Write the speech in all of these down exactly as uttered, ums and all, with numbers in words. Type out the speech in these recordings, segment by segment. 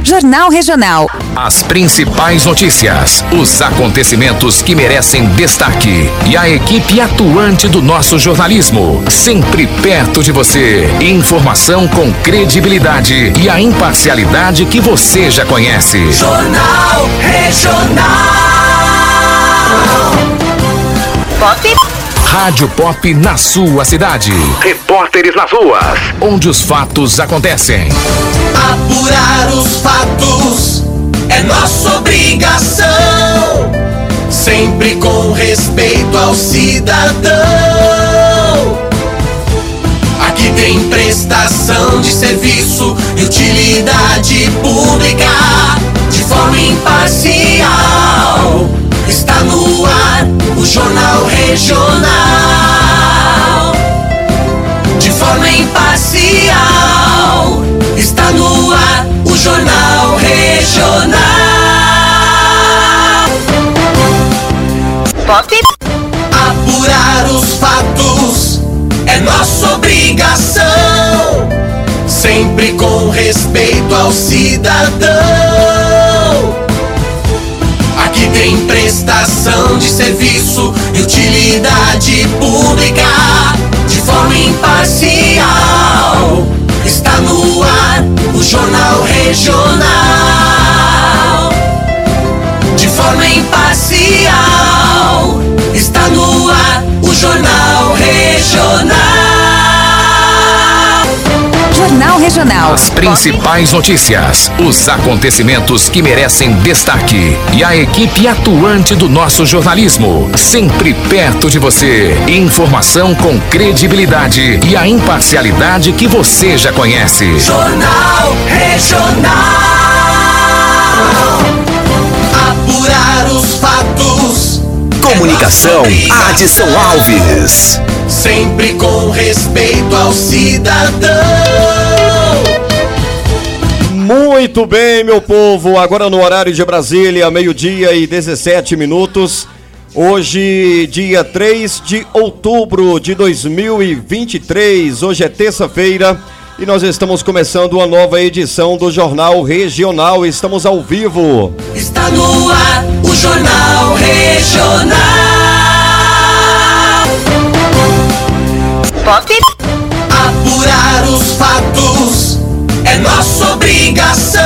Jornal Regional. As principais notícias, os acontecimentos que merecem destaque e a equipe atuante do nosso jornalismo, sempre perto de você. Informação com credibilidade e a imparcialidade que você já conhece. Jornal Regional. Pop. Rádio Pop na sua cidade. Repórteres nas ruas, onde os fatos acontecem. Apurar os fatos é nossa obrigação, sempre com respeito ao cidadão. Aqui tem prestação de serviço e utilidade pública de forma imparcial. Está no ar o Jornal Regional. De forma imparcial. Está no ar o Jornal Regional. Pop. Apurar os fatos é nossa obrigação, sempre com respeito ao cidadão. Aqui tem prestação de serviço e utilidade pública de forma imparcial. Está no ar o Jornal Regional. De forma imparcial. Está no ar o Jornal Regional. Jornal Regional. As principais notícias, os acontecimentos que merecem destaque e a equipe atuante do nosso jornalismo, sempre perto de você. Informação com credibilidade e a imparcialidade que você já conhece. Jornal Regional. Apurar os fatos. Comunicação, Adson Alves. Sempre com respeito ao cidadão. Muito bem, meu povo, agora no horário de Brasília, meio-dia e dezessete minutos. Hoje, dia três de outubro de dois mil e vinte e três, hoje é terça-feira e nós estamos começando uma nova edição do Jornal Regional. Estamos ao vivo. Está no ar o Jornal Regional. Pop. Apurar os fatos é nossa obrigação.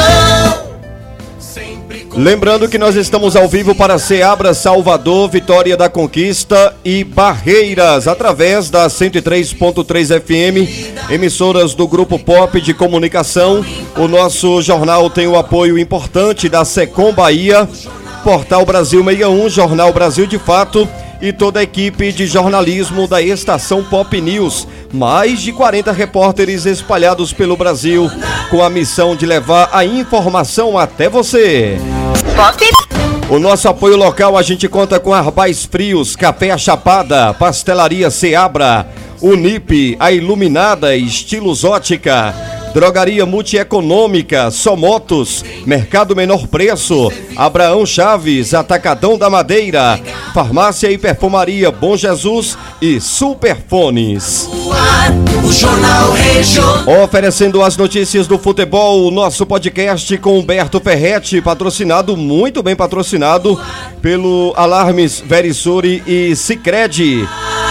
Lembrando que nós estamos ao vivo para Ceabra, Salvador, Vitória da Conquista e Barreiras, através da cento e três ponto três F M, emissoras do Grupo Pop de Comunicação. O nosso jornal tem o apoio importante da Secom Bahia, Portal Brasil sessenta e um, Jornal Brasil de Fato e toda a equipe de jornalismo da Estação Pop News. Mais de quarenta repórteres espalhados pelo Brasil, com a missão de levar a informação até você. Pop. O nosso apoio local, a gente conta com Arbais Frios, Café A Chapada, Pastelaria Ceabra, Unip, a Iluminada, Estilos Ótica, Drogaria Multieconômica, Somotos, Mercado Menor Preço, Abraão Chaves, Atacadão da Madeira, Farmácia e Perfumaria Bom Jesus e Superfones. O Jornal Regional. Oferecendo as notícias do futebol, o nosso podcast com Humberto Ferretti, patrocinado, muito bem patrocinado, pelo Alarmes Verisuri e Sicredi.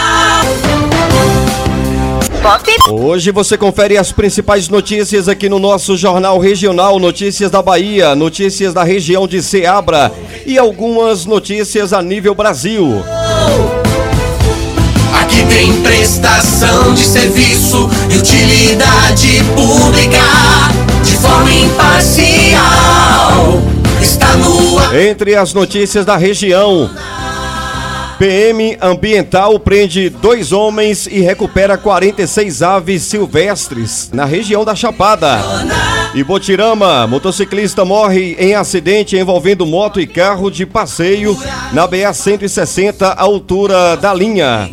Pop. Hoje você confere as principais notícias aqui no nosso Jornal Regional, notícias da Bahia, notícias da região de Ceabra e algumas notícias a nível Brasil. Aqui tem prestação de serviço e utilidade pública de forma imparcial. Está no ar. Entre as notícias da região, P M Ambiental prende dois homens e recupera quarenta e seis aves silvestres na região da Chapada. Ibotirama, motociclista morre em acidente envolvendo moto e carro de passeio na B A cento e sessenta, altura da linha.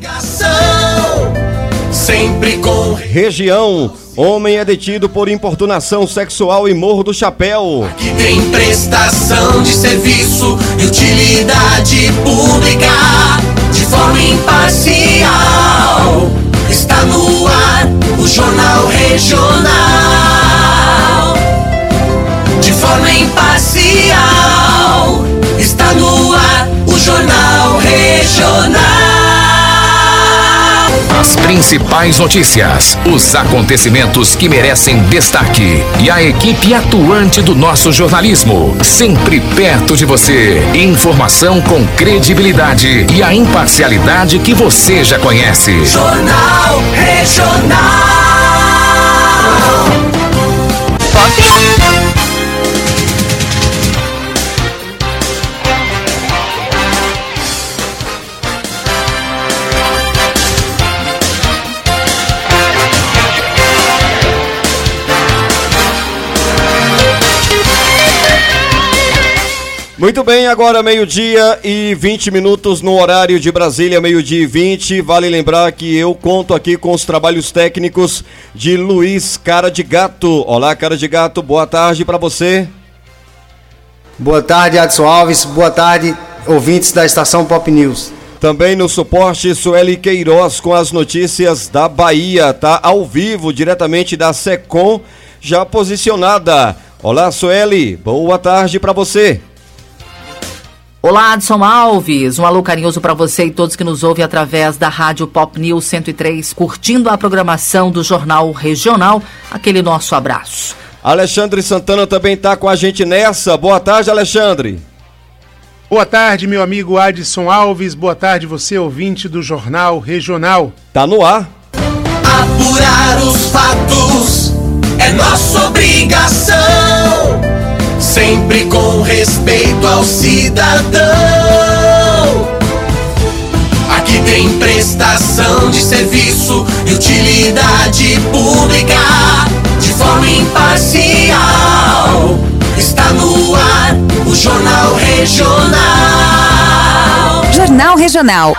Sempre com Região, homem é detido por importunação sexual em Morro do Chapéu. Aqui tem prestação de serviço e utilidade pública de forma imparcial. Está no ar o Jornal Regional. De forma imparcial. Está no ar o Jornal Regional. As principais notícias, os acontecimentos que merecem destaque e a equipe atuante do nosso jornalismo, sempre perto de você. Informação com credibilidade e a imparcialidade que você já conhece. Jornal Regional. Pop. Muito bem, agora meio-dia e vinte minutos no horário de Brasília, meio-dia e vinte. Vale lembrar que eu conto aqui com os trabalhos técnicos de Luiz Cara de Gato. Olá, Cara de Gato, boa tarde para você. Boa tarde, Adson Alves. Boa tarde, ouvintes da Estação Pop News. Também no suporte, Sueli Queiroz com as notícias da Bahia. Tá ao vivo, diretamente da SECOM, já posicionada. Olá, Sueli, boa tarde para você. Olá, Adson Alves, um alô carinhoso para você e todos que nos ouvem através da Rádio Pop News cento e três, curtindo a programação do Jornal Regional, aquele nosso abraço. Alexandre Santana também está com a gente nessa. Boa tarde, Alexandre. Boa tarde, meu amigo Adson Alves, boa tarde você, ouvinte do Jornal Regional. Tá no ar. Apurar os fatos é nossa obrigação, sempre com respeito ao cidadão. Aqui tem prestação de serviço e utilidade pública, de forma imparcial. Está no ar o Jornal Regional. Jornal Regional.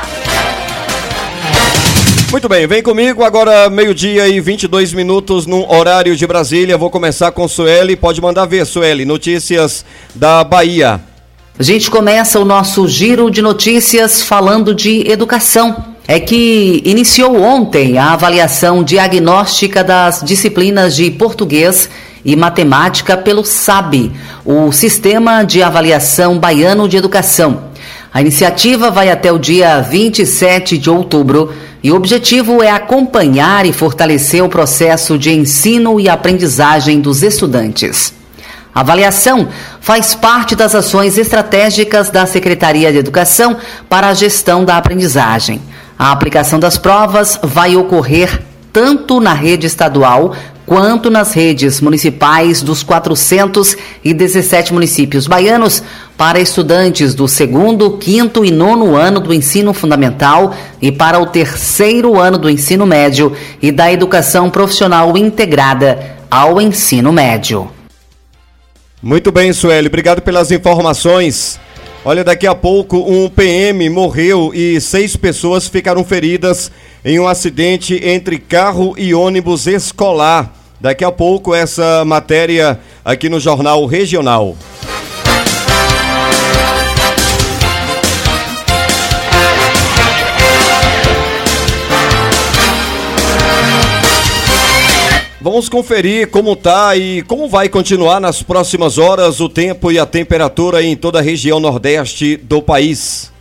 Muito bem, vem comigo agora meio-dia e vinte e dois minutos no horário de Brasília. Vou começar com Sueli, pode mandar ver, Sueli, notícias da Bahia. A gente começa o nosso giro de notícias falando de educação. É que iniciou ontem a avaliação diagnóstica das disciplinas de português e matemática pelo SAB, o Sistema de Avaliação Baiano de Educação. A iniciativa vai até o dia vinte e sete de outubro e o objetivo é acompanhar e fortalecer o processo de ensino e aprendizagem dos estudantes. A avaliação faz parte das ações estratégicas da Secretaria de Educação para a gestão da aprendizagem. A aplicação das provas vai ocorrer tanto na rede estadual quanto nas redes municipais dos quatrocentos e dezessete municípios baianos para estudantes do segundo, quinto e nono ano do ensino fundamental e para o terceiro ano do ensino médio e da educação profissional integrada ao ensino médio. Muito bem, Sueli, obrigado pelas informações. Olha, daqui a pouco um P M morreu e seis pessoas ficaram feridas em um acidente entre carro e ônibus escolar. Daqui a pouco essa matéria aqui no Jornal Regional. Vamos conferir como tá e como vai continuar nas próximas horas o tempo e a temperatura em toda a região nordeste do país.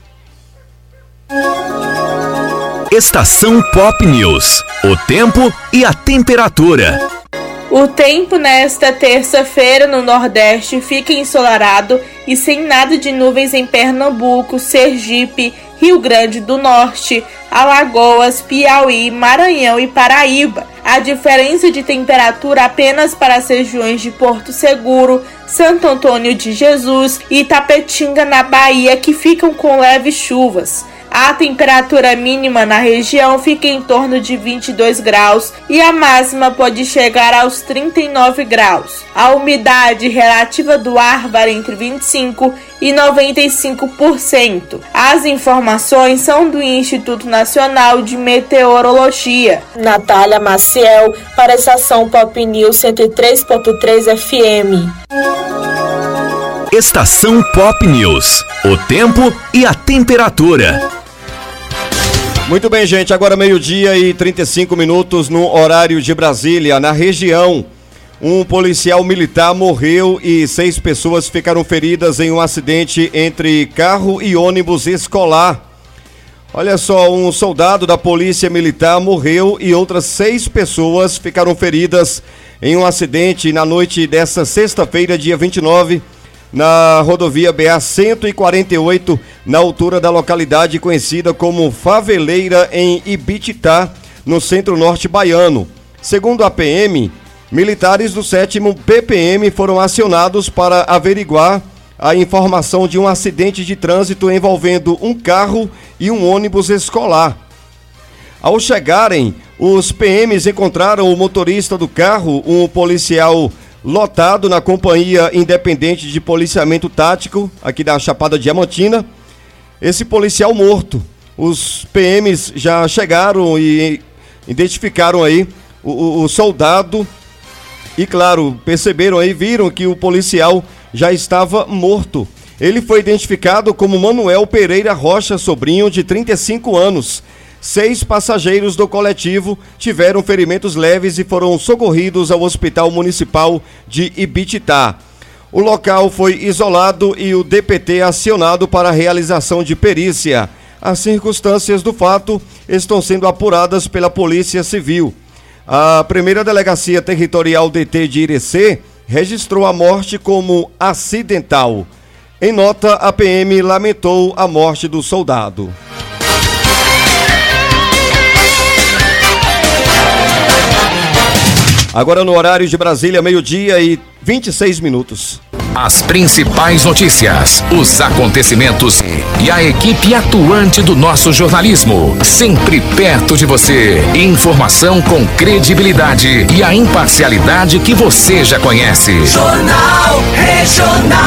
Estação Pop News, o tempo e a temperatura. O tempo nesta terça-feira no Nordeste fica ensolarado e sem nada de nuvens em Pernambuco, Sergipe, Rio Grande do Norte, Alagoas, Piauí, Maranhão e Paraíba. A diferença de temperatura apenas para as regiões de Porto Seguro, Santo Antônio de Jesus e Itapetinga na Bahia, que ficam com leves chuvas. A temperatura mínima na região fica em torno de vinte e dois graus e a máxima pode chegar aos trinta e nove graus. A umidade relativa do ar varia entre vinte e cinco por cento e noventa e cinco por cento. As informações são do Instituto Nacional de Meteorologia. Natália Maciel, para a Estação Pop News cento e três ponto três F M. Estação Pop News, o tempo e a temperatura. Muito bem, gente, agora meio-dia e trinta e cinco minutos no horário de Brasília, na região. Um policial militar morreu e seis pessoas ficaram feridas em um acidente entre carro e ônibus escolar. Olha só, um soldado da Polícia Militar morreu e outras seis pessoas ficaram feridas em um acidente na noite desta sexta-feira, dia vinte e nove, na rodovia B A cento e quarenta e oito, na altura da localidade conhecida como Faveleira, em Ibititá, no centro-norte baiano. Segundo a P M, militares do sétimo P P M foram acionados para averiguar a informação de um acidente de trânsito envolvendo um carro e um ônibus escolar. Ao chegarem, os P Ms encontraram o motorista do carro, um policial lotado na Companhia Independente de Policiamento Tático, aqui da Chapada Diamantina, esse policial morto. Os P Ms já chegaram e identificaram aí o, o, o soldado e, claro, perceberam aí, viram que o policial já estava morto. Ele foi identificado como Manuel Pereira Rocha Sobrinho, de trinta e cinco anos. Seis passageiros do coletivo tiveram ferimentos leves e foram socorridos ao Hospital Municipal de Ibititá. O local foi isolado e o D P T acionado para a realização de perícia. As circunstâncias do fato estão sendo apuradas pela Polícia Civil. A primeira Delegacia Territorial D T de Irecê registrou a morte como acidental. Em nota, a P M lamentou a morte do soldado. Agora no horário de Brasília, meio-dia e vinte e seis minutos. As principais notícias, os acontecimentos e a equipe atuante do nosso jornalismo, sempre perto de você. Informação com credibilidade e a imparcialidade que você já conhece. Jornal Regional.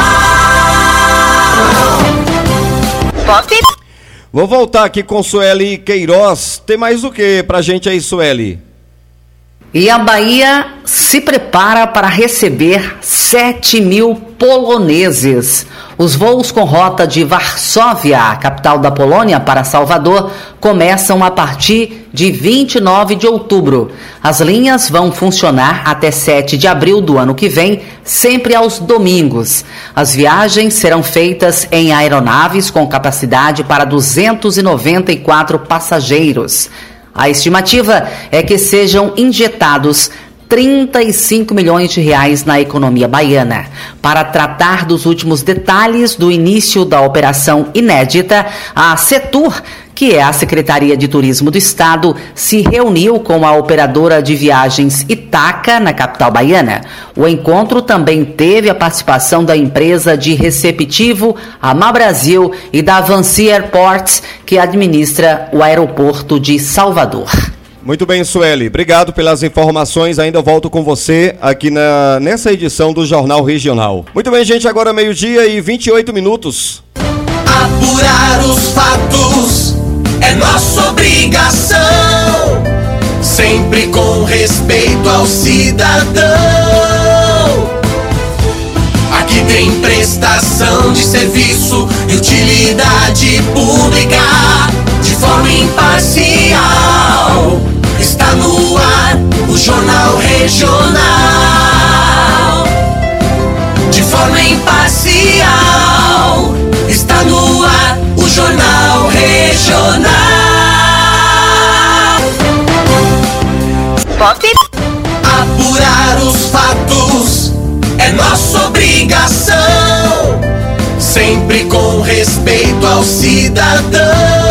Pop. Vou voltar aqui com Sueli Queiroz. Tem mais o que pra gente aí, Sueli? E a Bahia se prepara para receber sete mil poloneses. Os voos com rota de Varsóvia, capital da Polônia, para Salvador, começam a partir de vinte e nove de outubro. As linhas vão funcionar até sete de abril do ano que vem, sempre aos domingos. As viagens serão feitas em aeronaves com capacidade para duzentos e noventa e quatro passageiros. A estimativa é que sejam injetados trinta e cinco milhões de reais na economia baiana. Para tratar dos últimos detalhes do início da operação inédita, a Setur, que é a Secretaria de Turismo do Estado, se reuniu com a operadora de viagens Itaca, na capital baiana. O encontro também teve a participação da empresa de receptivo, a Má Brasil, e da Avanci Airports, que administra o aeroporto de Salvador. Muito bem, Sueli. Obrigado pelas informações. Ainda volto com você aqui na, nessa edição do Jornal Regional. Muito bem, gente. Agora meio-dia e vinte e oito minutos. Apurar os fatos é nossa obrigação, sempre com respeito ao cidadão. Aqui tem prestação de serviço e utilidade pública de forma imparcial. Está no ar o Jornal Regional. De forma imparcial. Está no ar o Jornal Regional. Pop. Apurar os fatos é nossa obrigação, sempre com respeito ao cidadão.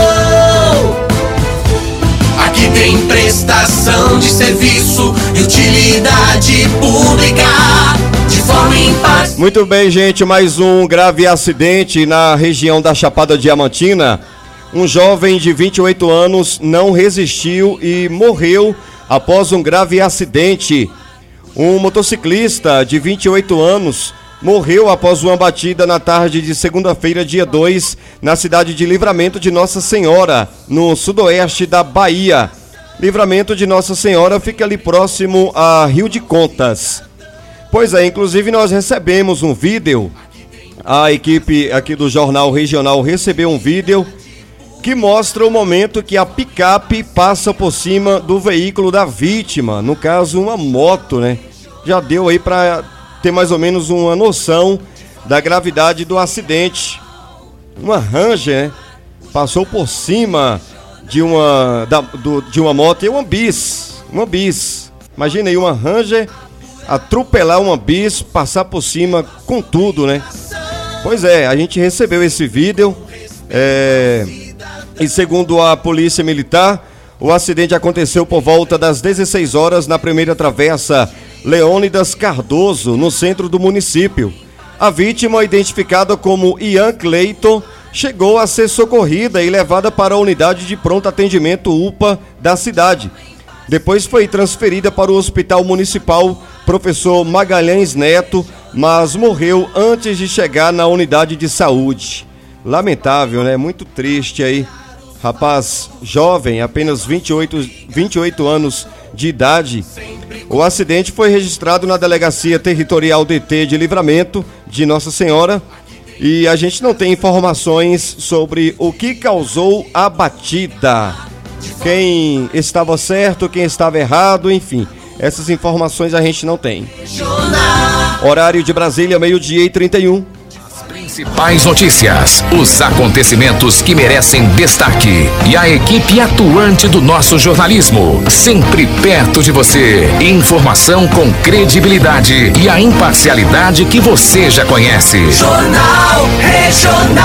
Aqui tem prestação de serviço e utilidade pública de forma imparcial. Muito bem, gente, mais um grave acidente na região da Chapada Diamantina. Um jovem de vinte e oito anos não resistiu e morreu após um grave acidente. Um motociclista de vinte e oito anos morreu após uma batida na tarde de segunda-feira, dia dois, na cidade de Livramento de Nossa Senhora, no sudoeste da Bahia. Livramento de Nossa Senhora fica ali próximo a Rio de Contas. Pois é, inclusive nós recebemos um vídeo, a equipe aqui do Jornal Regional recebeu um vídeo que mostra o momento que a picape passa por cima do veículo da vítima, no caso uma moto, né? já deu aí para ter mais ou menos uma noção da gravidade do acidente. Uma Ranger, né, passou por cima de uma, da, do, de uma moto e uma bis, uma bis. Imagina aí uma Ranger atropelar uma bis, passar por cima com tudo, né? Pois é, a gente recebeu esse vídeo é, e segundo a Polícia Militar, o acidente aconteceu por volta das dezesseis horas na primeira travessa Leônidas Cardoso, no centro do município. A vítima, identificada como Ian Cleiton, chegou a ser socorrida e levada para a unidade de pronto atendimento U P A da cidade. Depois foi transferida para o Hospital Municipal Professor Magalhães Neto, mas morreu antes de chegar na unidade de saúde. Lamentável, né? Muito triste aí. Rapaz jovem, apenas vinte e oito, vinte e oito anos de idade. O acidente foi registrado na Delegacia Territorial D T de Livramento de Nossa Senhora e a gente não tem informações sobre o que causou a batida. Quem estava certo, quem estava errado, enfim. Essas informações a gente não tem. Horário de Brasília, meio-dia e trinta e um. Principais notícias, os acontecimentos que merecem destaque e a equipe atuante do nosso jornalismo, sempre perto de você. Informação com credibilidade e a imparcialidade que você já conhece. Jornal Regional.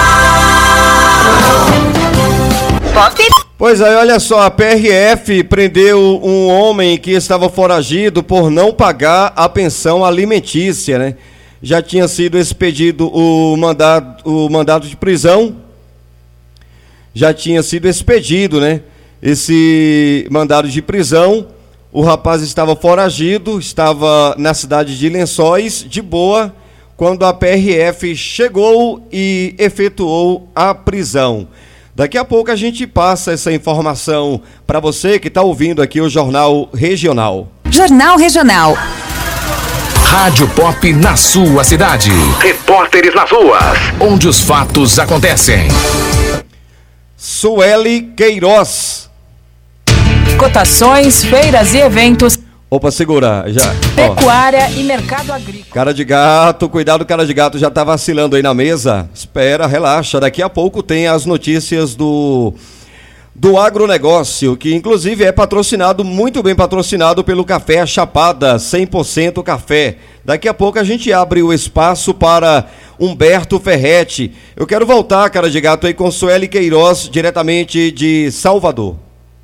Pop. Pois aí, olha só, a P R F prendeu um homem que estava foragido por não pagar a pensão alimentícia, né? Já tinha sido expedido o mandado, o mandado de prisão, já tinha sido expedido, né? Esse mandado de prisão, o rapaz estava foragido, estava na cidade de Lençóis, de boa, quando a P R F chegou e efetuou a prisão. Daqui a pouco a gente passa essa informação para você que está ouvindo aqui o Jornal Regional. Jornal Regional. Rádio Pop na sua cidade. Repórteres nas ruas, onde os fatos acontecem. Sueli Queiroz. Cotações, feiras e eventos. Opa, segura, já. Pecuária ó. E mercado agrícola. Cara de gato, cuidado, cara de gato já tá vacilando aí na mesa. Espera, relaxa, daqui a pouco tem as notícias do do agronegócio, que inclusive é patrocinado, muito bem patrocinado pelo Café Chapada, cem por cento café. Daqui a pouco a gente abre o espaço para Humberto Ferretti. Eu quero voltar, cara de gato, aí com Sueli Queiroz, diretamente de Salvador.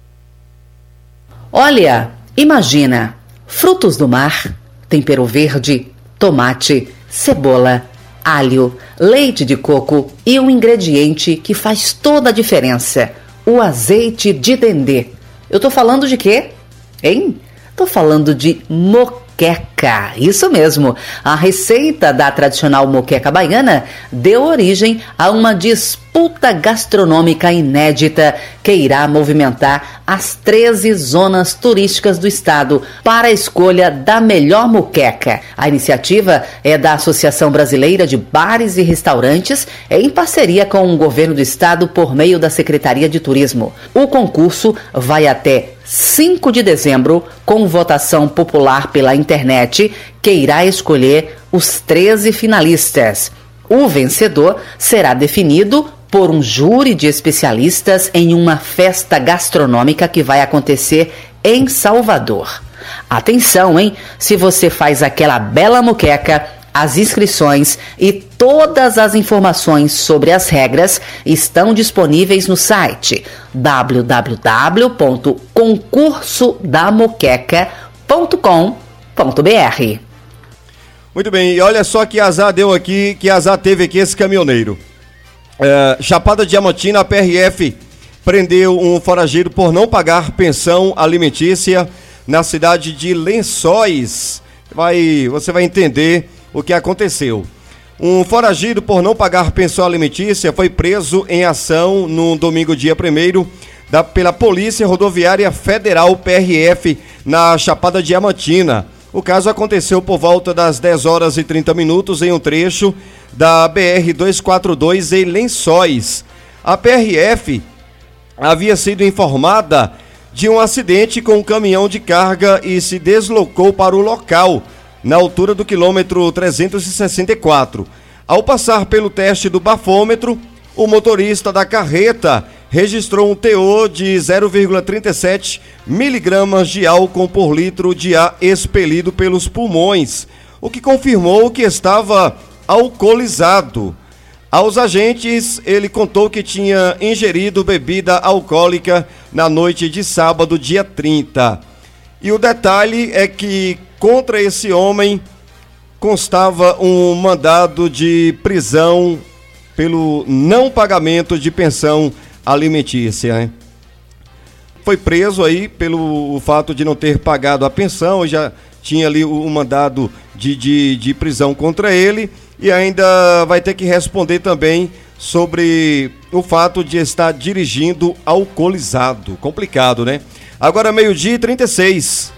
Olha, imagina, frutos do mar, tempero verde, tomate, cebola, alho, leite de coco e um ingrediente que faz toda a diferença, o azeite de dendê. Eu tô falando de quê? Hein? Tô falando de moqueca, isso mesmo. A receita da tradicional moqueca baiana deu origem a uma disputa gastronômica inédita que irá movimentar as treze zonas turísticas do estado para a escolha da melhor moqueca. A iniciativa é da Associação Brasileira de Bares e Restaurantes, em parceria com o governo do estado por meio da Secretaria de Turismo. O concurso vai até cinco de dezembro, com votação popular pela internet, que irá escolher os treze finalistas. O vencedor será definido por um júri de especialistas em uma festa gastronômica que vai acontecer em Salvador. Atenção, hein? Se você faz aquela bela moqueca, as inscrições e todas as informações sobre as regras estão disponíveis no site w w w ponto concurso da moqueca ponto com ponto b r. Muito bem, e olha só que azar deu aqui, que azar teve aqui esse caminhoneiro. É, Chapada Diamantina, a P R F prendeu um foragido por não pagar pensão alimentícia na cidade de Lençóis. Vai, você vai entender o que aconteceu. Um foragido por não pagar pensão alimentícia foi preso em ação no domingo, dia primeiro, da, pela Polícia Rodoviária Federal, P R F, na Chapada Diamantina. O caso aconteceu por volta das dez horas e trinta minutos em um trecho da B R duzentos e quarenta e dois em Lençóis. A P R F havia sido informada de um acidente com um caminhão de carga e se deslocou para o local, na altura do quilômetro trezentos e sessenta e quatro. Ao passar pelo teste do bafômetro, o motorista da carreta registrou um teor de zero vírgula trinta e sete miligramas de álcool por litro de ar expelido pelos pulmões, o que confirmou que estava alcoolizado. Aos agentes, ele contou que tinha ingerido bebida alcoólica na noite de sábado, dia trinta. E o detalhe é que contra esse homem constava um mandado de prisão pelo não pagamento de pensão alimentícia, né? Foi preso aí pelo fato de não ter pagado a pensão, já tinha ali o mandado de, de, de prisão contra ele e ainda vai ter que responder também sobre o fato de estar dirigindo alcoolizado. Complicado, né? Agora meio-dia e trinta e seis.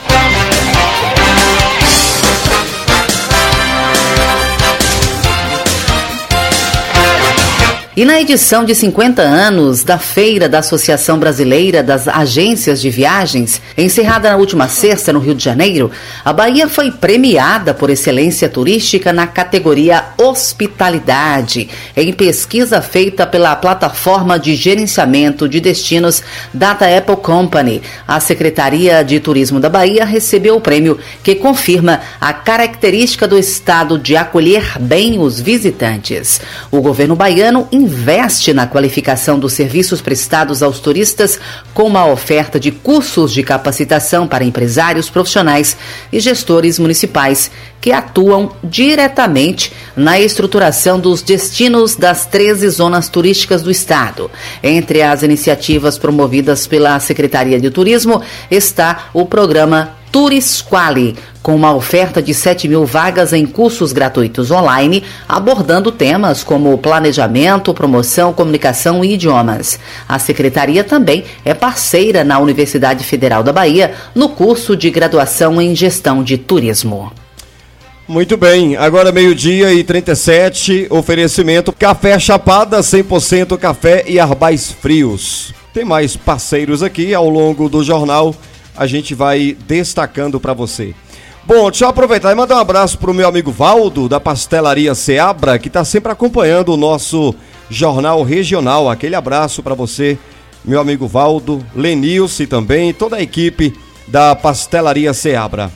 E na edição de cinquenta anos da Feira da Associação Brasileira das Agências de Viagens, encerrada na última sexta no Rio de Janeiro, a Bahia foi premiada por excelência turística na categoria Hospitalidade, em pesquisa feita pela plataforma de gerenciamento de destinos Data Apple Company. A Secretaria de Turismo da Bahia recebeu o prêmio, que confirma a característica do estado de acolher bem os visitantes. O governo baiano investe na qualificação dos serviços prestados aos turistas com uma oferta de cursos de capacitação para empresários profissionais e gestores municipais que atuam diretamente na estruturação dos destinos das treze zonas turísticas do estado. Entre as iniciativas promovidas pela Secretaria de Turismo está o programa Turisquali, com uma oferta de sete mil vagas em cursos gratuitos online, abordando temas como planejamento, promoção, comunicação e idiomas. A Secretaria também é parceira na Universidade Federal da Bahia no curso de graduação em Gestão de Turismo. Muito bem, agora meio-dia e trinta e sete, oferecimento Café Chapada, cem por cento café e arbais frios. Tem mais parceiros aqui ao longo do jornal, a gente vai destacando para você. Bom, deixa eu aproveitar e mandar um abraço pro meu amigo Valdo, da Pastelaria Seabra, que está sempre acompanhando o nosso jornal regional. Aquele abraço para você, meu amigo Valdo, Lenilce também, toda a equipe da Pastelaria Seabra.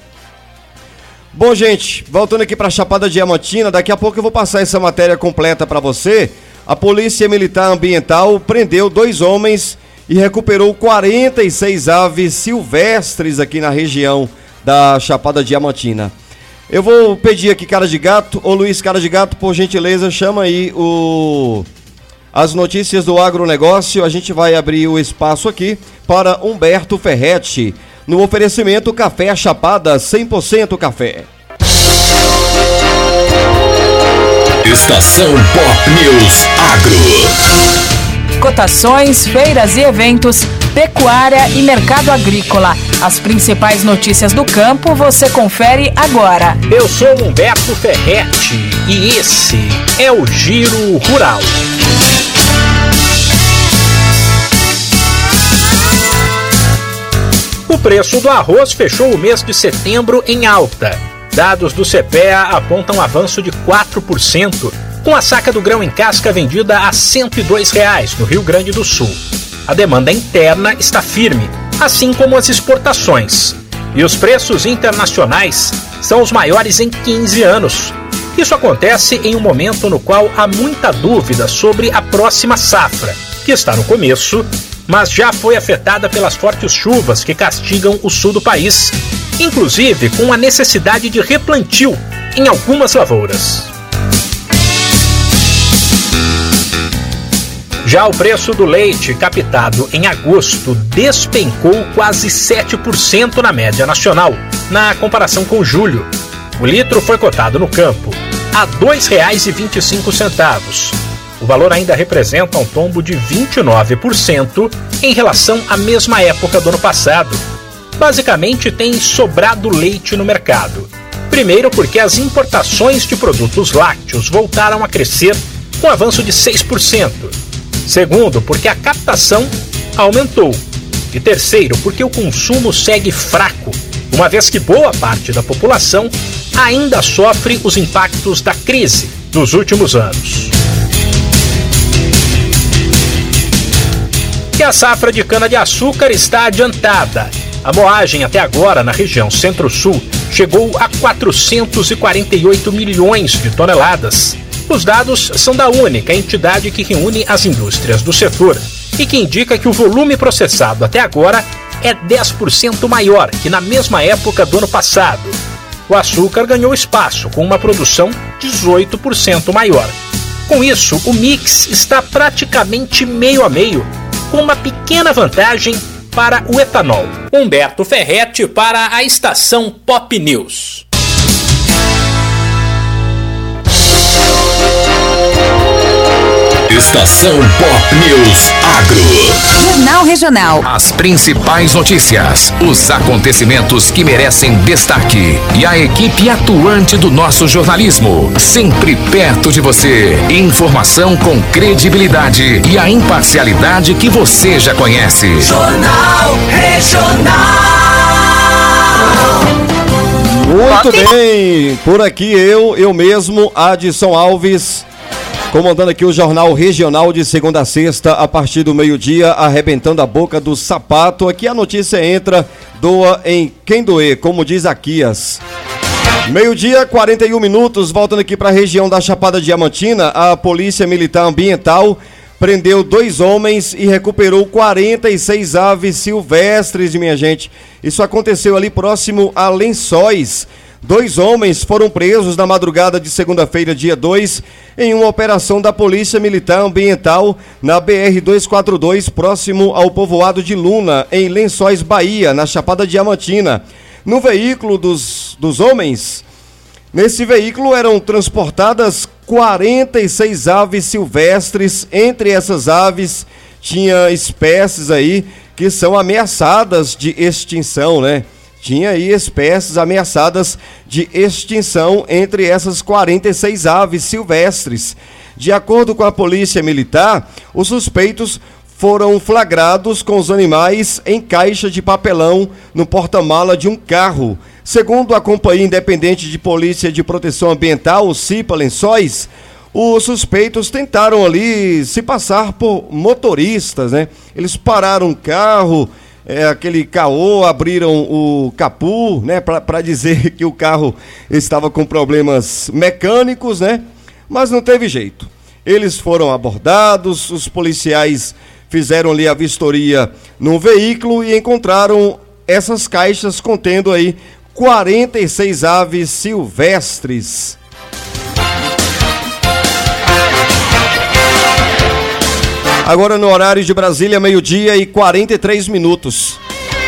Bom, gente, voltando aqui para Chapada Diamantina, daqui a pouco eu vou passar essa matéria completa para você. A Polícia Militar Ambiental prendeu dois homens e recuperou quarenta e seis aves silvestres aqui na região da Chapada Diamantina. Eu vou pedir aqui, Cara de Gato, ô Luiz Cara de Gato, por gentileza, chama aí o... as notícias do agronegócio. A gente vai abrir o espaço aqui para Humberto Ferretti, no oferecimento Café Chapada, cem por cento café. Estação Pop News Agro. Cotações, feiras e eventos, pecuária e mercado agrícola. As principais notícias do campo você confere agora. Eu sou Humberto Ferretti e esse é o Giro Rural. O preço do arroz fechou o mês de setembro em alta. Dados do C P E A apontam avanço de quatro por cento, com a saca do grão em casca vendida a cento e dois reais no Rio Grande do Sul. A demanda interna está firme, assim como as exportações. E os preços internacionais são os maiores em quinze anos. Isso acontece em um momento no qual há muita dúvida sobre a próxima safra, que está no começo, mas já foi afetada pelas fortes chuvas que castigam o sul do país, inclusive com a necessidade de replantio em algumas lavouras. Já o preço do leite captado em agosto despencou quase sete por cento na média nacional, na comparação com julho. O litro foi cotado no campo a dois reais e vinte e cinco centavos. O valor ainda representa um tombo de vinte e nove por cento em relação à mesma época do ano passado. Basicamente, tem sobrado leite no mercado. Primeiro, porque as importações de produtos lácteos voltaram a crescer com avanço de seis por cento. Segundo, porque a captação aumentou. E terceiro, porque o consumo segue fraco, uma vez que boa parte da população ainda sofre os impactos da crise dos últimos anos. E a safra de cana-de-açúcar está adiantada. A moagem até agora na região Centro-Sul chegou a quatrocentos e quarenta e oito milhões de toneladas. Os dados são da única entidade que reúne as indústrias do setor e que indica que o volume processado até agora é dez por cento maior que na mesma época do ano passado. O açúcar ganhou espaço com uma produção dezoito por cento maior. Com isso, o mix está praticamente meio a meio, com uma pequena vantagem para o etanol. Humberto Ferretti para a Estação Pop News. Estação Pop News Agro. Jornal Regional. As principais notícias, os acontecimentos que merecem destaque e a equipe atuante do nosso jornalismo, sempre perto de você. Informação com credibilidade e a imparcialidade que você já conhece. Jornal Regional. Muito bem, por aqui eu, eu mesmo, Adson Alves, comandando aqui o Jornal Regional de segunda a sexta, a partir do meio-dia, arrebentando a boca do sapato. Aqui a notícia entra, doa em quem doer, como diz Aquias. Meio-dia, quarenta e um minutos, voltando aqui para a região da Chapada Diamantina, a Polícia Militar Ambiental prendeu dois homens e recuperou quarenta e seis aves silvestres, minha gente. Isso aconteceu ali próximo a Lençóis. Dois homens foram presos na madrugada de segunda-feira, dia dois, em uma operação da Polícia Militar Ambiental na B R duzentos e quarenta e dois, próximo ao povoado de Luna, em Lençóis, Bahia, na Chapada Diamantina. No veículo dos, dos homens, nesse veículo eram transportadas quarenta e seis aves silvestres. Entre essas aves tinha espécies aí que são ameaçadas de extinção, né? Tinha aí espécies ameaçadas de extinção entre essas quarenta e seis aves silvestres. De acordo com a Polícia Militar, os suspeitos foram flagrados com os animais em caixa de papelão no porta-mala de um carro. Segundo a Companhia Independente de Polícia de Proteção Ambiental, o CIPA Lençóis, os suspeitos tentaram ali se passar por motoristas, né? Eles pararam o carro, é, aquele caô, abriram o capu, né, para dizer que o carro estava com problemas mecânicos, né, mas não teve jeito. Eles foram abordados, os policiais fizeram ali a vistoria no veículo e encontraram essas caixas contendo aí quarenta e seis aves silvestres. Agora no horário de Brasília, meio-dia e quarenta e três minutos.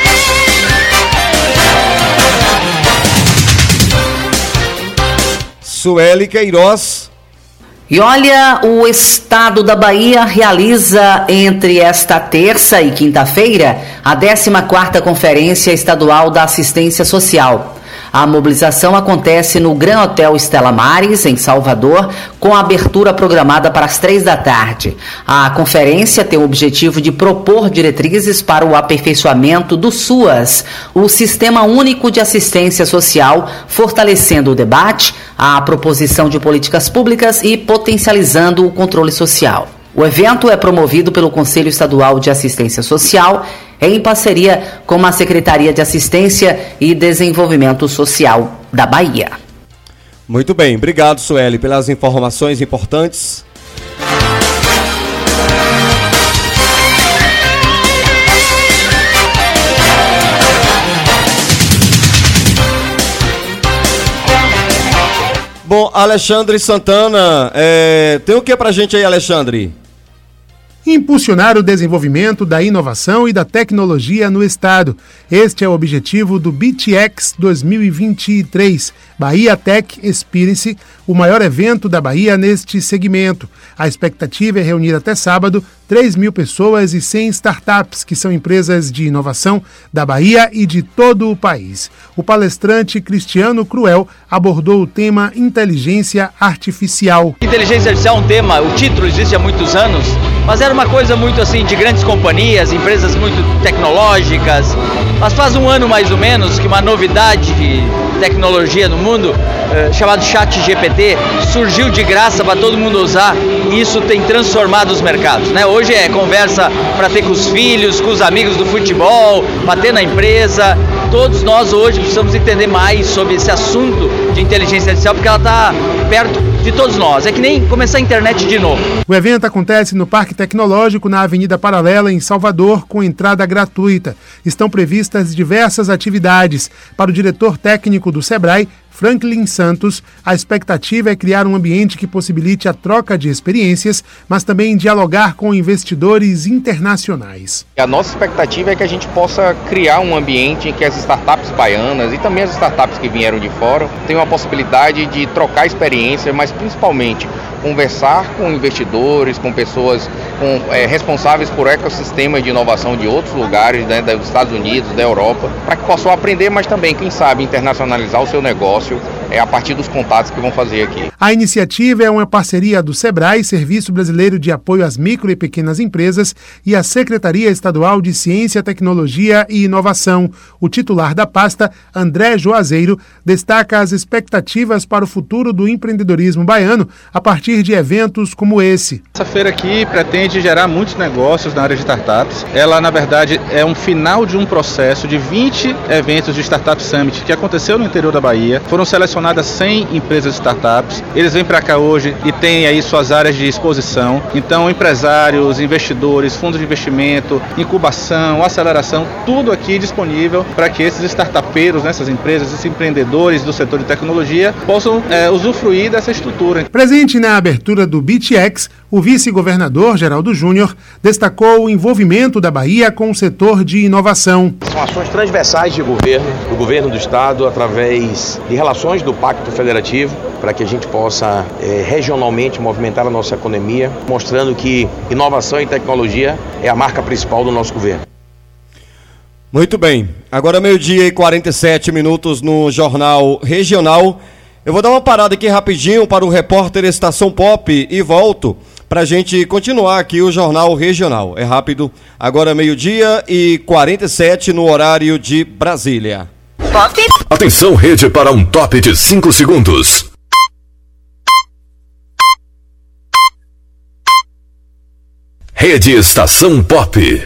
Sueli Queiroz. E olha, o estado da Bahia realiza entre esta terça e quinta-feira a décima quarta Conferência Estadual da Assistência Social. A mobilização acontece no Gran Hotel Stella Maris, em Salvador, com a abertura programada para as três da tarde. A conferência tem o objetivo de propor diretrizes para o aperfeiçoamento do SUAS, o Sistema Único de Assistência Social, fortalecendo o debate, a proposição de políticas públicas e potencializando o controle social. O evento é promovido pelo Conselho Estadual de Assistência Social, em parceria com a Secretaria de Assistência e Desenvolvimento Social da Bahia. Muito bem, obrigado, Sueli, pelas informações importantes. Bom, Alexandre Santana, é, tem o que pra gente aí, Alexandre? Impulsionar o desenvolvimento da inovação e da tecnologia no estado. Este é o objetivo do BitX dois mil e vinte e três, Bahia Tech Experience, o maior evento da Bahia neste segmento. A expectativa é reunir até sábado três mil pessoas e cem startups, que são empresas de inovação da Bahia e de todo o país. O palestrante Cristiano Cruel abordou o tema inteligência artificial. Inteligência artificial é um tema, o título existe há muitos anos, mas era uma coisa muito assim de grandes companhias, empresas muito tecnológicas. Mas faz um ano mais ou menos que uma novidade de tecnologia no mundo, eh, chamado Chat G P T, surgiu de graça para todo mundo usar, e isso tem transformado os mercados, né? Hoje é conversa para ter com os filhos, com os amigos do futebol, para ter na empresa. Todos nós hoje precisamos entender mais sobre esse assunto de inteligência artificial, porque ela está perto de todos nós. É que nem começar a internet de novo. O evento acontece no Parque Tecnológico, na Avenida Paralela, em Salvador, com entrada gratuita. Estão previstas diversas atividades. Para o diretor técnico do Sebrae, Franklin Santos, a expectativa é criar um ambiente que possibilite a troca de experiências, mas também dialogar com investidores internacionais. A nossa expectativa é que a gente possa criar um ambiente em que as startups baianas e também as startups que vieram de fora tenham a possibilidade de trocar experiência, mas principalmente conversar com investidores, com pessoas com, é, responsáveis por ecossistemas de inovação de outros lugares, né, dos Estados Unidos, da Europa, para que possam aprender, mas também, quem sabe, internacionalizar o seu negócio é, a partir dos contatos que vão fazer aqui. A iniciativa é uma parceria do Sebrae, Serviço Brasileiro de Apoio às Micro e Pequenas Empresas, e a Secretaria Estadual de Ciência, Tecnologia e Inovação. O titular da pasta, André Juazeiro, destaca as expectativas para o futuro do empreendedorismo baiano a partir de eventos como esse. Essa feira aqui pretende gerar muitos negócios na área de startups. Ela, na verdade, é um final de um processo de vinte eventos de Startup Summit que aconteceu no interior da Bahia. Foram selecionadas cem empresas de startups. Eles vêm para cá hoje e têm aí suas áreas de exposição. Então, empresários, investidores, fundos de investimento, incubação, aceleração, tudo aqui disponível para que esses startupeiros, né, essas empresas, esses empreendedores do setor de tecnologia possam é, usufruir dessa estrutura. Presente na abertura do B T X, o vice-governador Geraldo Júnior destacou o envolvimento da Bahia com o setor de inovação. São ações transversais de governo, do governo do estado, através de relações do Pacto Federativo, para que a gente possa é, regionalmente movimentar a nossa economia, mostrando que inovação e tecnologia é a marca principal do nosso governo. Muito bem, agora meio-dia e quarenta e sete minutos no Jornal Regional. Eu vou dar uma parada aqui rapidinho para o repórter Estação Pop e volto para a gente continuar aqui o Jornal Regional. É rápido, agora meio-dia e quarenta e sete no horário de Brasília. Pop. Atenção, rede, para um top de cinco segundos. Rede Estação Pop.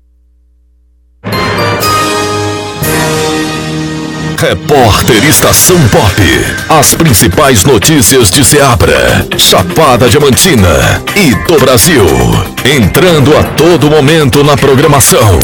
Repórter Estação Pop. As principais notícias de Ceabra, Chapada Diamantina e do Brasil. Entrando a todo momento na programação.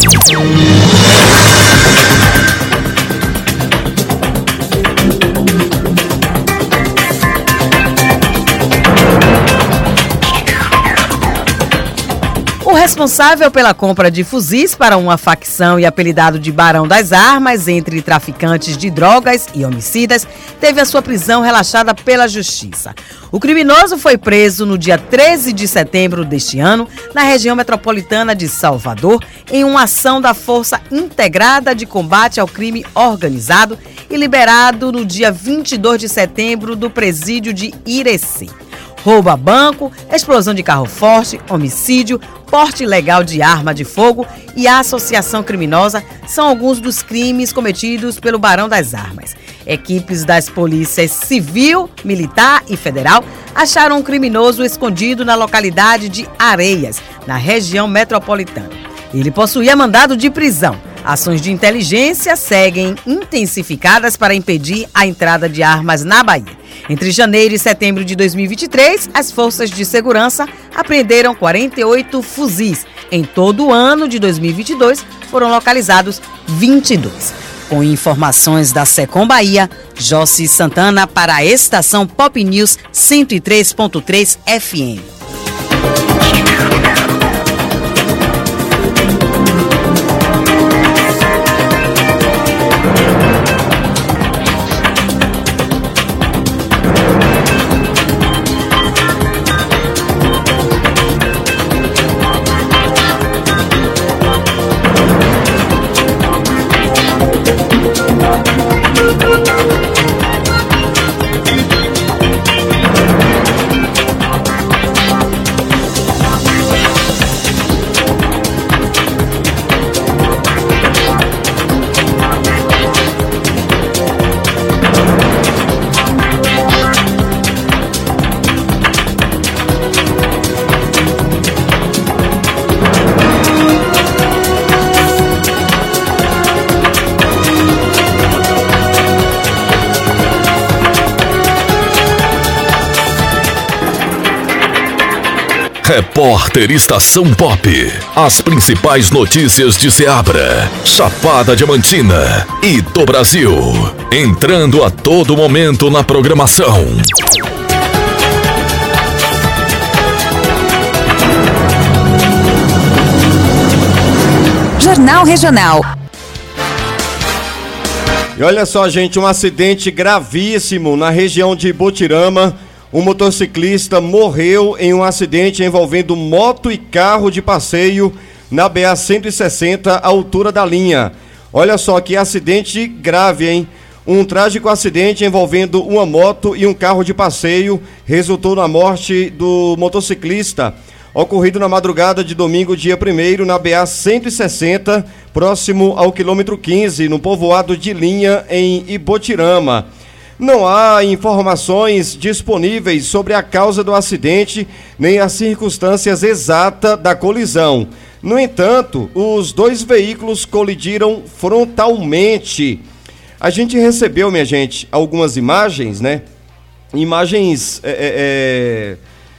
O responsável pela compra de fuzis para uma facção e apelidado de Barão das Armas entre traficantes de drogas e homicidas teve a sua prisão relaxada pela Justiça. O criminoso foi preso no dia treze de setembro deste ano, na região metropolitana de Salvador, em uma ação da Força Integrada de Combate ao Crime Organizado e liberado no dia vinte e dois de setembro do presídio de Irecê. Roubo a banco, explosão de carro forte, homicídio, porte ilegal de arma de fogo e associação criminosa são alguns dos crimes cometidos pelo Barão das Armas. Equipes das polícias civil, militar e federal acharam um criminoso escondido na localidade de Areias, na região metropolitana. Ele possuía mandado de prisão. Ações de inteligência seguem intensificadas para impedir a entrada de armas na Bahia. Entre janeiro e setembro de dois mil e vinte e três, as forças de segurança apreenderam quarenta e oito fuzis. Em todo o ano de dois mil e vinte e dois, foram localizados vinte e dois. Com informações da Secom Bahia, Jossi Santana para a Estação Pop News cento e três ponto três F M. Repórter Estação Pop. As principais notícias de Ceabra, Chapada Diamantina e do Brasil. Entrando a todo momento na programação. Jornal Regional. E olha só, gente, um acidente gravíssimo na região de Ibotirama. Um motociclista morreu em um acidente envolvendo moto e carro de passeio na B A cento e sessenta, à altura da linha. Olha só que acidente grave, hein? Um trágico acidente envolvendo uma moto e um carro de passeio resultou na morte do motociclista, ocorrido na madrugada de domingo, dia primeiro, na B A cento e sessenta, próximo ao quilômetro quinze, no povoado de Linha, em Ibotirama. Não há informações disponíveis sobre a causa do acidente, nem as circunstâncias exatas da colisão. No entanto, os dois veículos colidiram frontalmente. A gente recebeu, minha gente, algumas imagens, né? Imagens é, é,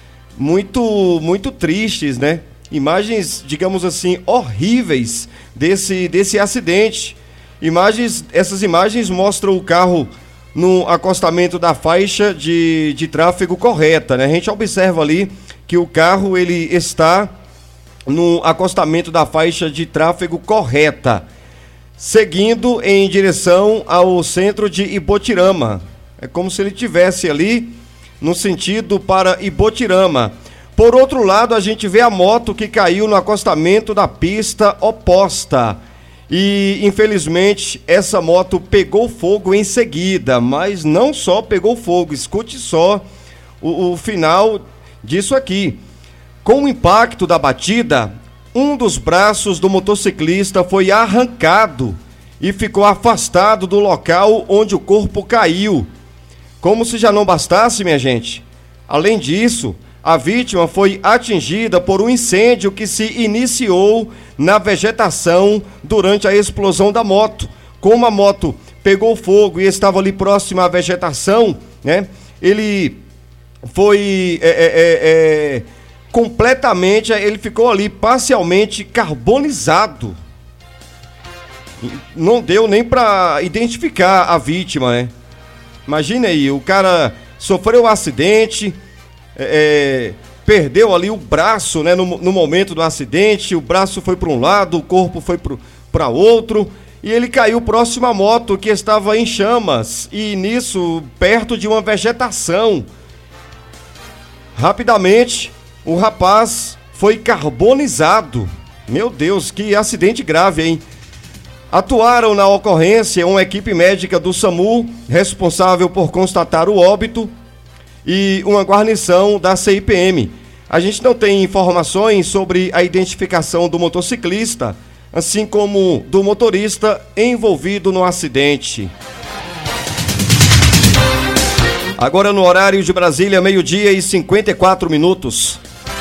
muito, muito tristes, né? Imagens, digamos assim, horríveis desse, desse acidente. Imagens, essas imagens mostram o carro no acostamento da faixa de, de tráfego correta, né? A gente observa ali que o carro ele está no acostamento da faixa de tráfego correta, seguindo em direção ao centro de Ibotirama. É como se ele tivesse ali no sentido para Ibotirama. Por outro lado, a gente vê a moto que caiu no acostamento da pista oposta. E, infelizmente, essa moto pegou fogo em seguida, mas não só pegou fogo, escute só o, o final disso aqui. Com o impacto da batida, um dos braços do motociclista foi arrancado e ficou afastado do local onde o corpo caiu. Como se já não bastasse, minha gente, além disso, a vítima foi atingida por um incêndio que se iniciou na vegetação durante a explosão da moto. Como a moto pegou fogo e estava ali próximo à vegetação, né? Ele foi é, é, é, completamente, ele ficou ali parcialmente carbonizado. Não deu nem para identificar a vítima, né? Imagina aí, o cara sofreu um acidente, É, perdeu ali o braço, né, no, no momento do acidente. O braço foi para um lado, o corpo foi para outro, e ele caiu próximo à moto que estava em chamas, e nisso, perto de uma vegetação. Rapidamente, o rapaz foi carbonizado. Meu Deus, que acidente grave, hein? Atuaram na ocorrência uma equipe médica do SAMU, responsável por constatar o óbito, e uma guarnição da C I P M. A gente não tem informações sobre a identificação do motociclista, assim como do motorista envolvido no acidente. Agora no horário de Brasília, meio-dia e cinquenta e quatro minutos.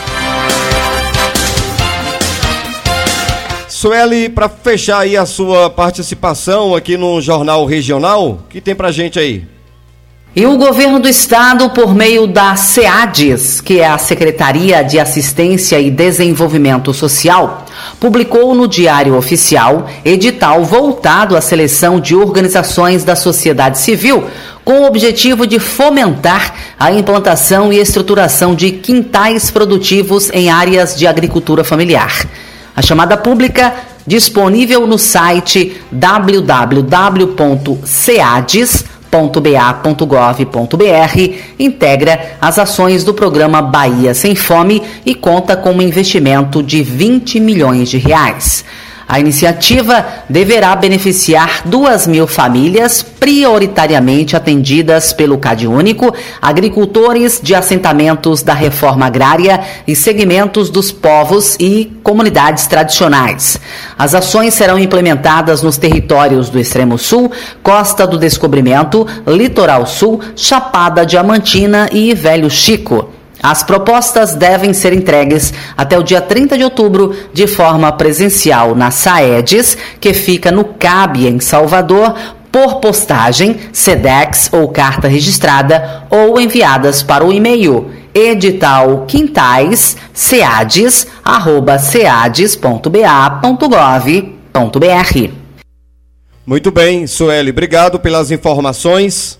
Sueli, para fechar aí a sua participação aqui no Jornal Regional, o que tem pra gente aí? E o governo do estado, por meio da SEADES, que é a Secretaria de Assistência e Desenvolvimento Social, publicou no Diário Oficial edital voltado à seleção de organizações da sociedade civil, com o objetivo de fomentar a implantação e estruturação de quintais produtivos em áreas de agricultura familiar. A chamada pública, disponível no site w w w ponto seades ponto b a ponto gov ponto b r, integra as ações do programa Bahia Sem Fome e conta com um investimento de vinte milhões de reais. A iniciativa deverá beneficiar duas mil famílias prioritariamente atendidas pelo CadÚnico, agricultores de assentamentos da reforma agrária e segmentos dos povos e comunidades tradicionais. As ações serão implementadas nos territórios do Extremo Sul, Costa do Descobrimento, Litoral Sul, Chapada Diamantina e Velho Chico. As propostas devem ser entregues até o dia trinta de outubro de forma presencial na SAEDES, que fica no C A B, em Salvador, por postagem, SEDEX ou carta registrada, ou enviadas para o e-mail edital quintais ceades arroba ceades ponto b a ponto gov ponto b r. Muito bem, Sueli, obrigado pelas informações.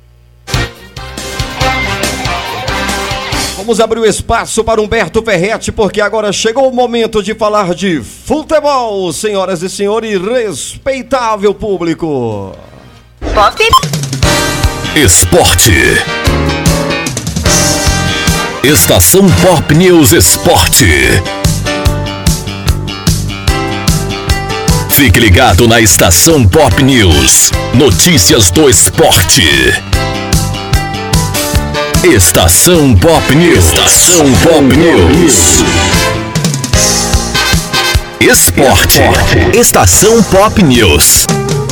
Vamos abrir o espaço para Humberto Ferretti, porque agora chegou o momento de falar de futebol, senhoras e senhores, respeitável público. Pop. Esporte. Estação Pop News Esporte. Fique ligado na Estação Pop News. Notícias do esporte. Estação Pop News. Estação Pop News. Esporte. Estação Pop News.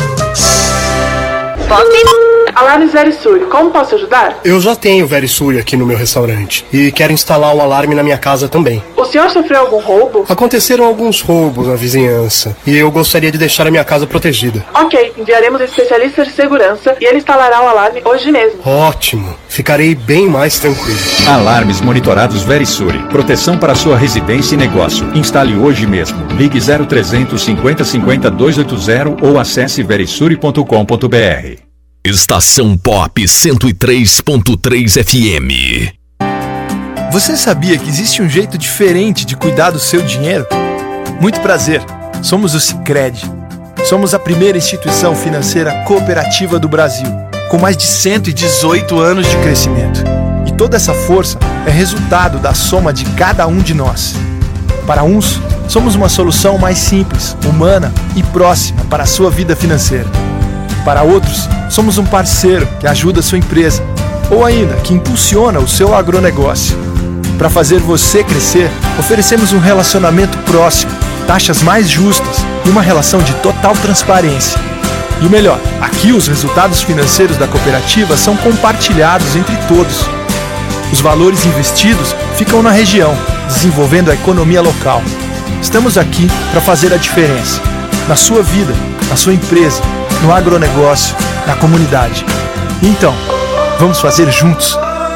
Pop. Alarmes Verisuri, como posso ajudar? Eu já tenho Verisuri aqui no meu restaurante e quero instalar um alarme na minha casa também. O senhor sofreu algum roubo? Aconteceram alguns roubos na vizinhança e eu gostaria de deixar a minha casa protegida. Ok, enviaremos um especialista de segurança e ele instalará o alarme hoje mesmo. Ótimo, ficarei bem mais tranquilo. Alarmes monitorados Verisuri, proteção para sua residência e negócio. Instale hoje mesmo. Ligue zero trezentos cinquenta cinquenta duzentos e oitenta ou acesse verisuri ponto com ponto b r. Estação Pop cento e três ponto três F M. Você sabia que existe um jeito diferente de cuidar do seu dinheiro? Muito prazer, somos o Sicredi. Somos a primeira instituição financeira cooperativa do Brasil, com mais de cento e dezoito anos de crescimento. E toda essa força é resultado da soma de cada um de nós. Para uns, somos uma solução mais simples, humana e próxima para a sua vida financeira. Para outros, somos um parceiro que ajuda a sua empresa, ou ainda que impulsiona o seu agronegócio. Para fazer você crescer, oferecemos um relacionamento próximo, taxas mais justas e uma relação de total transparência. E o melhor, aqui os resultados financeiros da cooperativa são compartilhados entre todos. Os valores investidos ficam na região, desenvolvendo a economia local. Estamos aqui para fazer a diferença, na sua vida, na sua empresa, no agronegócio, na comunidade. Então, vamos fazer juntos.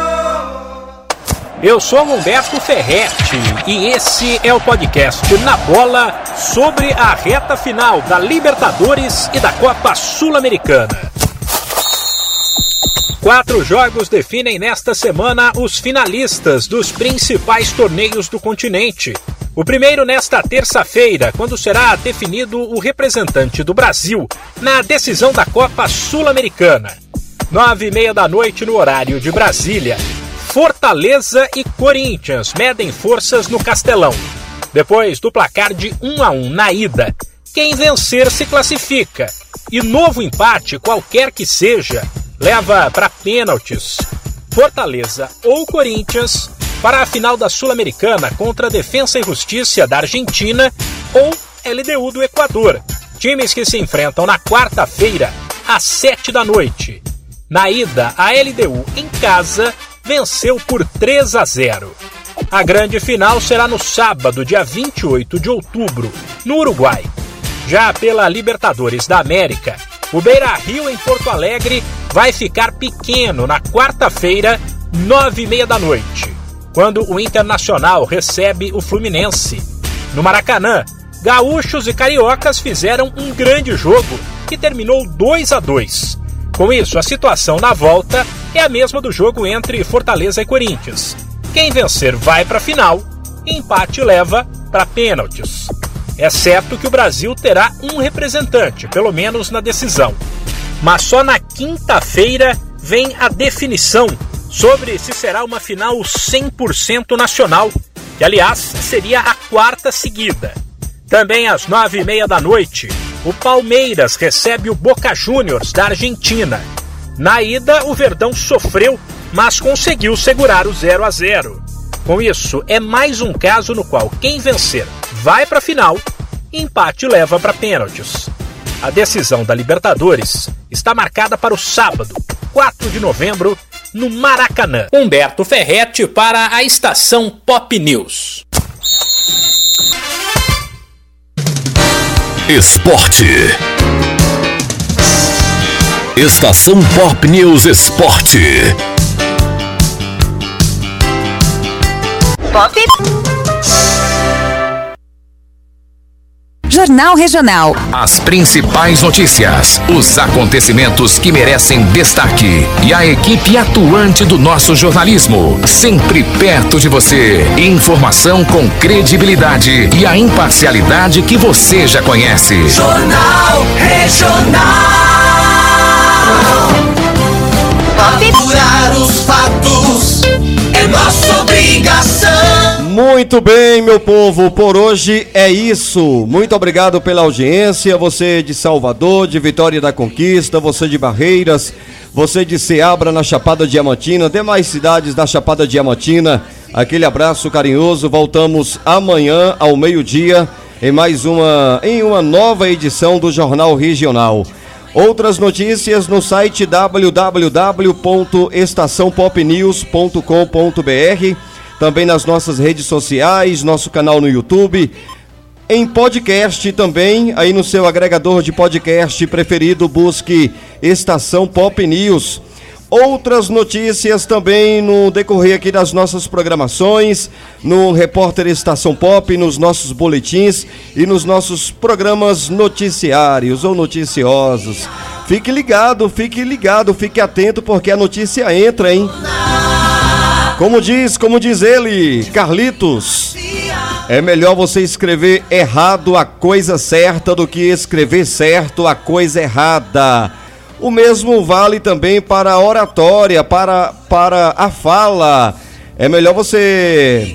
Eu sou Humberto Ferretti e esse é o podcast Na Bola sobre a reta final da Libertadores e da Copa Sul-Americana. Quatro jogos definem nesta semana os finalistas dos principais torneios do continente. O primeiro nesta terça-feira, quando será definido o representante do Brasil na decisão da Copa Sul-Americana. Nove e meia da noite no horário de Brasília. Fortaleza e Corinthians medem forças no Castelão. Depois do placar de um a um na ida, quem vencer se classifica. E novo empate, qualquer que seja, leva para pênaltis. Fortaleza ou Corinthians para a final da Sul-Americana contra a Defensa e Justiça da Argentina ou L D U do Equador. Times que se enfrentam na quarta-feira, às sete da noite. Na ida, a L D U em casa venceu por três a zero. A grande final será no sábado, dia vinte e oito de outubro, no Uruguai. Já pela Libertadores da América, o Beira-Rio em Porto Alegre vai ficar pequeno na quarta-feira, nove e meia da noite, quando o Internacional recebe o Fluminense. No Maracanã, gaúchos e cariocas fizeram um grande jogo que terminou dois a dois. Com isso, a situação na volta é a mesma do jogo entre Fortaleza e Corinthians. Quem vencer vai para a final, empate leva para pênaltis. É certo que o Brasil terá um representante, pelo menos na decisão. Mas só na quinta-feira vem a definição sobre se será uma final cem por cento nacional, que aliás seria a quarta seguida. Também às nove e meia da noite, o Palmeiras recebe o Boca Juniors da Argentina. Na ida, o Verdão sofreu, mas conseguiu segurar o zero a zero. Com isso, é mais um caso no qual quem vencer vai para a final, empate leva para pênaltis. A decisão da Libertadores está marcada para o sábado, quatro de novembro, no Maracanã. Humberto Ferretti para a Estação Pop News. Esporte. Estação Pop News Esporte. Pop. Jornal Regional. As principais notícias, os acontecimentos que merecem destaque e a equipe atuante do nosso jornalismo, sempre perto de você. Informação com credibilidade e a imparcialidade que você já conhece. Jornal Regional. Apurar os fatos é nossa obrigação. Muito bem, meu povo, por hoje é isso. Muito obrigado pela audiência, você de Salvador, de Vitória da Conquista, você de Barreiras, você de Ceabra na Chapada Diamantina, demais cidades da Chapada Diamantina. Aquele abraço carinhoso, voltamos amanhã ao meio-dia em mais uma, em uma nova edição do Jornal Regional. Outras notícias no site w w w ponto estação pop news ponto com ponto b r, também nas nossas redes sociais, nosso canal no YouTube, em podcast também, aí no seu agregador de podcast preferido, busque Estação Pop News. Outras notícias também no decorrer aqui das nossas programações, no Repórter Estação Pop, nos nossos boletins e nos nossos programas noticiários ou noticiosos. Fique ligado, fique ligado, fique atento porque a notícia entra, hein? Como diz, como diz ele, Carlitos, é melhor você escrever errado a coisa certa do que escrever certo a coisa errada. O mesmo vale também para a oratória, para, para a fala. É melhor você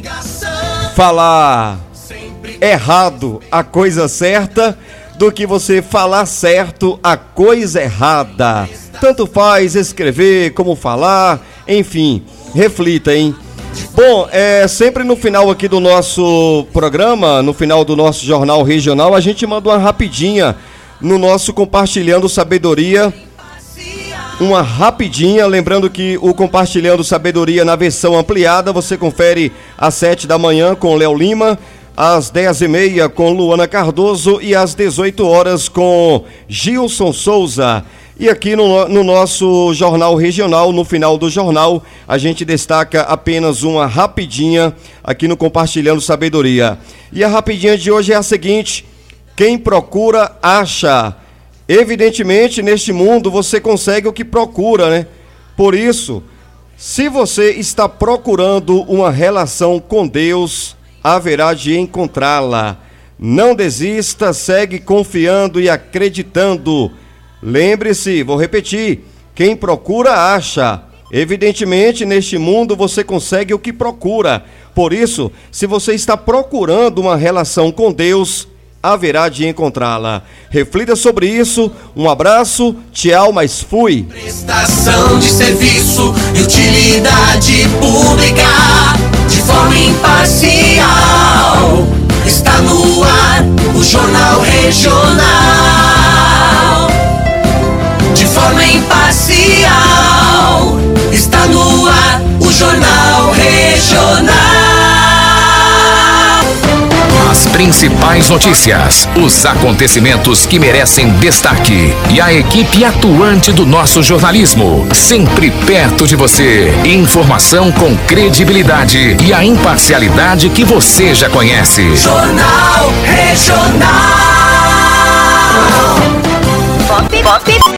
falar errado a coisa certa do que você falar certo a coisa errada. Tanto faz escrever como falar, enfim, reflita, hein? Bom, é, sempre no final aqui do nosso programa, no final do nosso Jornal Regional, a gente manda uma rapidinha no nosso Compartilhando Sabedoria. Uma rapidinha, lembrando que o Compartilhando Sabedoria na versão ampliada, você confere às sete da manhã com Léo Lima, às dez e meia com Luana Cardoso e às dezoito horas com Gilson Souza. E aqui no, no nosso Jornal Regional, no final do jornal, a gente destaca apenas uma rapidinha aqui no Compartilhando Sabedoria. E a rapidinha de hoje é a seguinte: quem procura, acha. Evidentemente, neste mundo, você consegue o que procura, né? Por isso, se você está procurando uma relação com Deus, haverá de encontrá-la. Não desista, segue confiando e acreditando. Lembre-se, vou repetir, quem procura, acha. Evidentemente, neste mundo, você consegue o que procura. Por isso, se você está procurando uma relação com Deus, haverá de encontrá-la. Reflita sobre isso. Um abraço, tchau, mas fui. Prestação de serviço e utilidade pública de forma imparcial. Está no ar o Jornal Regional. De forma imparcial. Está no ar o Jornal Regional. As principais notícias, os acontecimentos que merecem destaque e a equipe atuante do nosso jornalismo, sempre perto de você. Informação com credibilidade e a imparcialidade que você já conhece. Jornal Regional. Pop, pop.